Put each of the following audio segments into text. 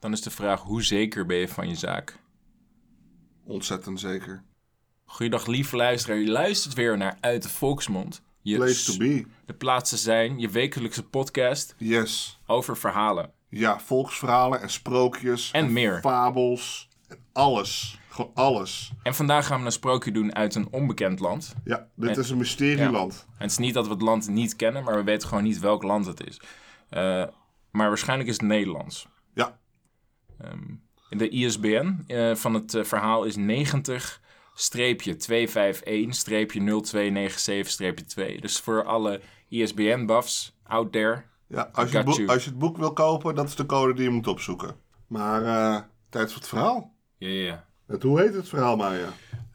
dan is de vraag, hoe zeker ben je van je zaak? Ontzettend zeker. Goeiedag lieve luisteraar, je luistert weer naar Uit de Volksmond. Place to be. De plaats te zijn, je wekelijkse podcast Yes. over verhalen. Ja, volksverhalen en sprookjes. En meer. Fabels. En alles. Gewoon alles. En vandaag gaan we een sprookje doen uit een onbekend land. Ja, dit is een mysterieland. Ja. En het is niet dat we het land niet kennen, maar we weten gewoon niet welk land het is. Maar waarschijnlijk is het Nederlands. Ja. De ISBN van het verhaal is 90-251-0297-2. Dus voor alle ISBN-buffs out there. Ja, als je het boek wil kopen, dat is de code die je moet opzoeken. Maar tijd voor het verhaal. Ja. Hoe heet het verhaal, Maya?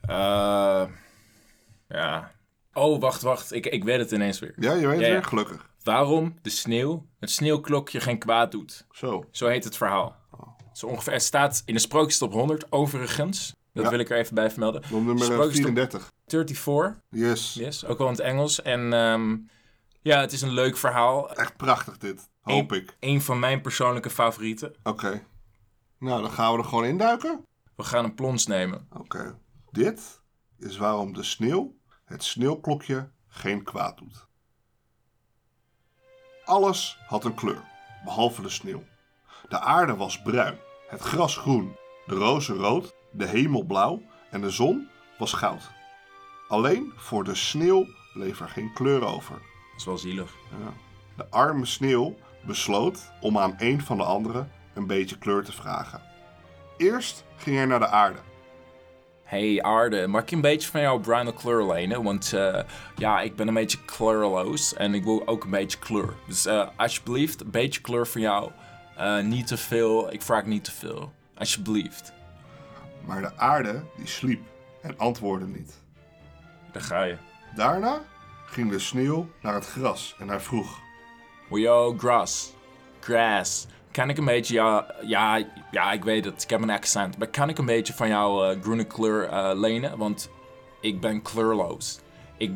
Ja. Oh, wacht. Ik weet het ineens weer. Ja, je weet het weer? Gelukkig. Waarom het sneeuwklokje geen kwaad doet. Zo heet het verhaal. Zo ongeveer, het staat in de Sprookjestop 100, overigens. Dat wil ik er even bij vermelden. Nummer 34. 34. Yes, ook wel in het Engels. En het is een leuk verhaal. Echt prachtig dit, hoop ik. Een van mijn persoonlijke favorieten. Oké. Nou, dan gaan we er gewoon induiken. We gaan een plons nemen. Oké. Dit is waarom de sneeuw, het sneeuwklokje, geen kwaad doet. Alles had een kleur, behalve de sneeuw. De aarde was bruin, het gras groen, de rozen rood, de hemel blauw en de zon was goud. Alleen voor de sneeuw bleef er geen kleur over. Dat is wel zielig. Ja. De arme sneeuw besloot om aan een van de anderen een beetje kleur te vragen. Eerst ging hij naar de aarde. Hey aarde, mag ik een beetje van jouw bruine kleur lenen? Want ik ben een beetje kleurloos en ik wil ook een beetje kleur. Dus alsjeblieft, een beetje kleur van jou. Niet te veel, ik vraag niet te veel. Alsjeblieft. Maar de aarde die sliep en antwoordde niet. Daar ga je. Daarna ging de sneeuw naar het gras en hij vroeg. Yo, grass. Kan ik een beetje ik weet het, ik heb een accent. Maar kan ik een beetje van jouw groene kleur lenen? Want ik ben kleurloos. Ik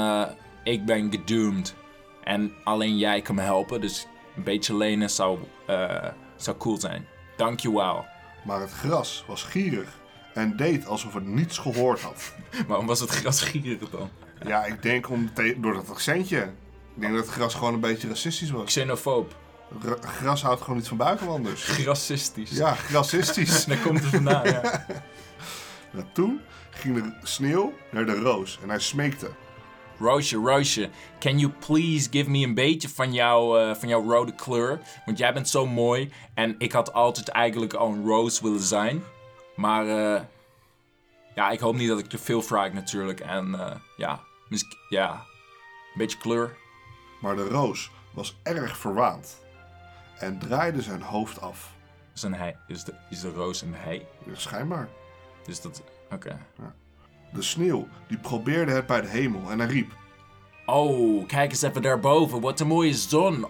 ben gedoemd. En alleen jij kan me helpen, dus een beetje lenen zou cool zijn. Dankjewel. Maar het gras was gierig en deed alsof het niets gehoord had. Waarom was het gras gierig dan? Ja, ik denk door dat accentje. Ik denk dat het gras gewoon een beetje racistisch was. Xenofoob. Gras houdt gewoon niet van buitenlanders. Grassistisch. Ja, grassistisch. Daar komt het vandaan, ja. Nou, toen ging de sneeuw naar de roos en hij smeekte. Roosje, can you please give me een beetje van jouw rode kleur? Want jij bent zo mooi en ik had altijd eigenlijk al een roos willen zijn. Maar ik hoop niet dat ik te veel vraag natuurlijk. En een beetje kleur. Maar de roos was erg verwaand en draaide zijn hoofd af. Is een hij? Is de roos een hij? Ja, schijnbaar. Dus dat... Oké. Ja. De sneeuw die probeerde het bij de hemel en hij riep. Oh, kijk eens even daarboven. Wat een mooie zon.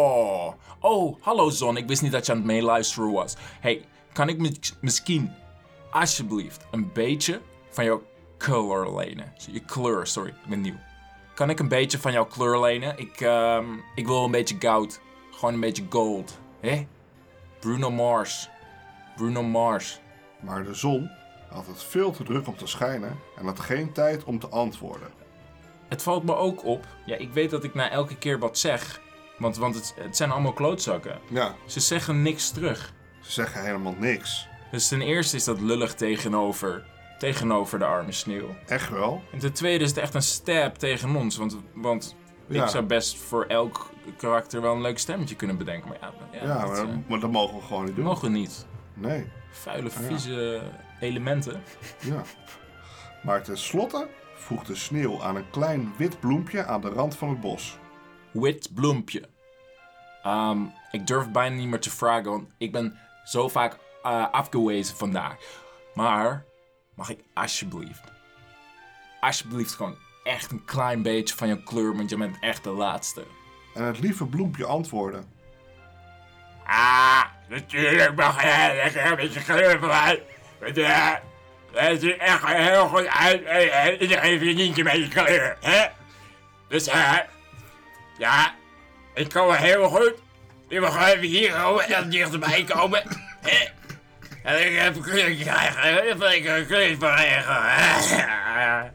Oh, hallo zon. Ik wist niet dat je aan het meeluisteren was. Hey, kan ik misschien alsjeblieft een beetje van jouw kleur lenen? Je kleur, sorry, ik ben nieuw. Kan ik een beetje van jouw kleur lenen? Ik wil een beetje goud. Gewoon een beetje gold. Hé? Bruno Mars. Maar de zon had het veel te druk om te schijnen en had geen tijd om te antwoorden. Het valt me ook op. Ja, ik weet dat ik na elke keer wat zeg. Want het zijn allemaal klootzakken. Ja. Ze zeggen niks terug. Ze zeggen helemaal niks. Dus ten eerste is dat lullig tegenover de arme sneeuw. Echt wel? En ten tweede is het echt een stab tegen ons. Want ik zou best voor elk karakter wel een leuk stemmetje kunnen bedenken. Maar maar dat mogen we gewoon niet doen. Dat mogen we niet. Nee. Vuile, vieze elementen. Ja. Maar tenslotte vroeg de sneeuw aan een klein wit bloempje aan de rand van het bos. Wit bloempje. Ik durf bijna niet meer te vragen, want ik ben zo vaak afgewezen vandaag. Maar mag ik alsjeblieft gewoon echt een klein beetje van jouw kleur, want je bent echt de laatste. En het lieve bloempje antwoordde. Natuurlijk mag je lekker een beetje kleur van mij. Het ziet echt heel goed uit. Iedereen verdient een beetje kleur, hè? Dus ik kan wel heel goed. Je mag even hier komen en dichterbij komen. En ik heb kleur gekregen. Ik heb kleur gekregen.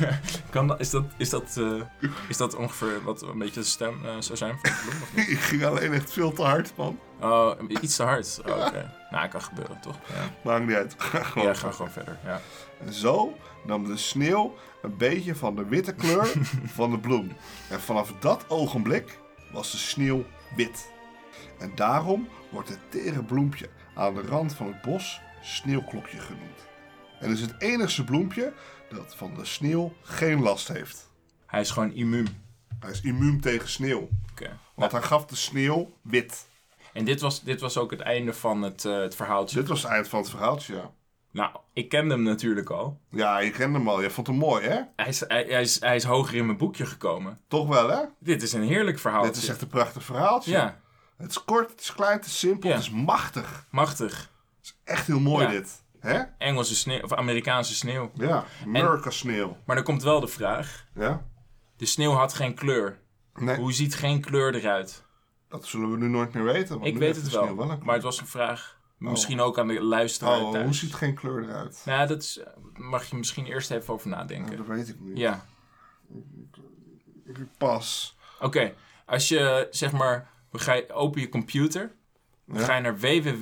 Is dat ongeveer wat een beetje de stem zou zijn van de bloem? Of niet? Ik ging alleen echt veel te hard, man. Oh, iets te hard. Oh, oké. Nou, kan gebeuren, toch? Ja. Maakt niet uit. Ja, ga gewoon verder. Ja. En zo nam de sneeuw een beetje van de witte kleur van de bloem. En vanaf dat ogenblik was de sneeuw wit. En daarom wordt het tere bloempje aan de rand van het bos sneeuwklokje genoemd. En is het enigste bloempje dat van de sneeuw geen last heeft. Hij is gewoon immuun. Hij is immuun tegen sneeuw. Okay. Want hij gaf de sneeuw wit. En dit was ook het einde van het verhaaltje. Dit was het eind van het verhaaltje, ja. Nou, ik kende hem natuurlijk al. Ja, je kende hem al. Je vond hem mooi, hè? Hij is hoger in mijn boekje gekomen. Toch wel, hè? Dit is een heerlijk verhaaltje. Dit is echt een prachtig verhaaltje. Ja. Het is kort, het is klein, het is simpel, Ja. het is machtig. Machtig. Het is echt heel mooi, Ja. dit. Hè? Engelse sneeuw, of Amerikaanse sneeuw. Ja, Amerika sneeuw. Maar dan komt wel de vraag. Ja? De sneeuw had geen kleur. Nee, Hoe ziet geen kleur eruit? dat zullen we nu nooit meer weten. Want Ik nu weet heeft het de sneeuw wel. een kleur. Maar het was een vraag. Misschien ook aan de luisteraar Oh, thuis. hoe ziet geen kleur eruit? Nou, dat is, mag je misschien eerst even over Nou, nadenken. dat weet ik niet. Ja. Ik pas. Oké. Als je, zeg maar, open je computer. Dan ga je naar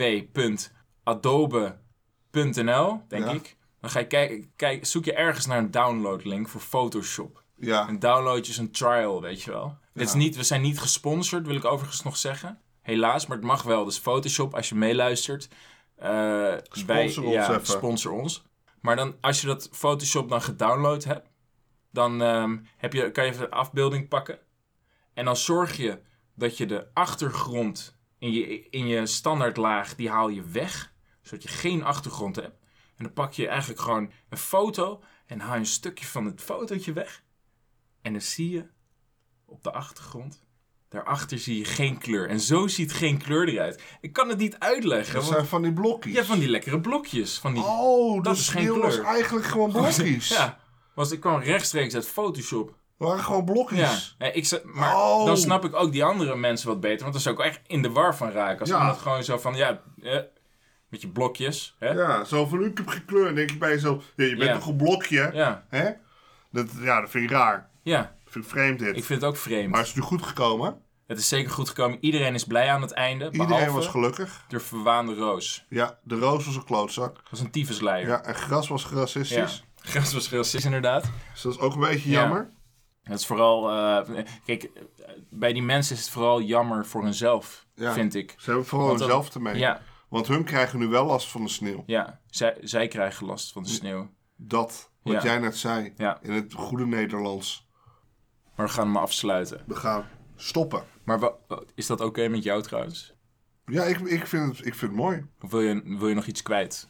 www.adobe.nl, denk Ja. ik. Dan ga je zoek je ergens naar een downloadlink voor Photoshop. Ja, Een download is een trial, weet je wel. Dit is niet, we zijn niet gesponsord, wil ik overigens nog zeggen. Helaas, maar het mag wel. Dus Photoshop, als je meeluistert. Sponsor ons even. Sponsor ons. Maar dan, als je dat Photoshop dan gedownload hebt, dan kan je even de afbeelding pakken. En dan zorg je dat je de achtergrond in je standaardlaag, die haal je weg. Zodat je geen achtergrond hebt. En dan pak je eigenlijk gewoon een foto en haal je een stukje van het fotootje weg. En dan zie je op de achtergrond, daarachter zie je geen kleur. En zo ziet geen kleur eruit. Ik kan het niet uitleggen. dat Want, zijn van die blokjes. ja, van die lekkere blokjes. Van die, Oh, dat de is geen sneeuw was kleur. eigenlijk gewoon blokjes. Ja, ik kwam rechtstreeks uit Photoshop. Het waren gewoon blokjes. Ja, maar dan snap ik ook die andere mensen wat beter. Want dan zou ik echt in de war van raken. Als Ja. iemand gewoon zo van, met je blokjes. Hè? Ja, zo van, ik heb geen kleur. Dan denk ik bij jezelf, je bent Ja. toch een blokje? Ja, Hè? Dat vind ik raar. ja. Dat vind ik vreemd dit. Ik vind het ook vreemd. Maar is het nu goed gekomen? Het is zeker goed gekomen. Iedereen is blij aan het einde. Iedereen Behalve was gelukkig. de verwaande roos. Ja, de roos was een klootzak. Dat was een tyfusleier. Ja, en gras was racistisch. Gras was racist inderdaad. Dus dat is ook een beetje Ja. jammer. Het is vooral... kijk, bij die mensen is het vooral jammer voor hunzelf, Ja. vind ik. Ze hebben vooral Want dan- zelf te mee. Ja, Want hun krijgen nu wel last van de sneeuw. ja. Zij krijgen last van de sneeuw. Dat, wat Ja. jij net zei. Ja. In het goede Nederlands. Maar we gaan hem afsluiten. We gaan stoppen. Maar is dat oké met jou trouwens? Ja, ik vind het mooi. Of wil je nog iets kwijt?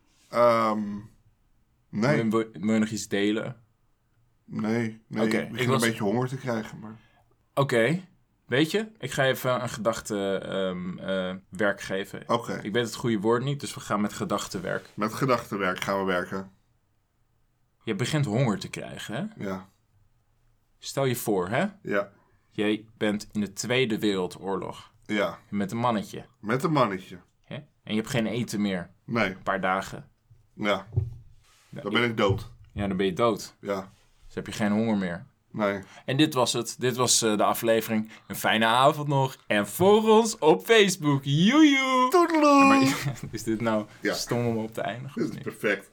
Nee, Wil je nog iets delen? nee. Oké, Ik begin een beetje honger te krijgen. Maar... Oké. Weet je, ik ga even een gedachte werk geven. Oké, Ik weet het goede woord niet, dus we gaan met gedachtenwerk. met gedachtenwerk gaan we werken. Je begint honger te krijgen, hè? Ja, Stel je voor, hè? ja, Jij bent in de Tweede Wereldoorlog. ja. Met een mannetje. Met een mannetje. Hè? En je hebt geen eten meer. Nee, Een paar dagen. ja. Dan ben ik dood. Ja, dan ben je dood. Ja, Dus heb je geen honger meer. nee. En dit was het. Dit was de aflevering. Een fijne avond nog. En volg ons op Facebook. Joejoe! Toedeloe! Maar is dit nou Ja. stom om op te eindigen? Dit Of is niet? perfect.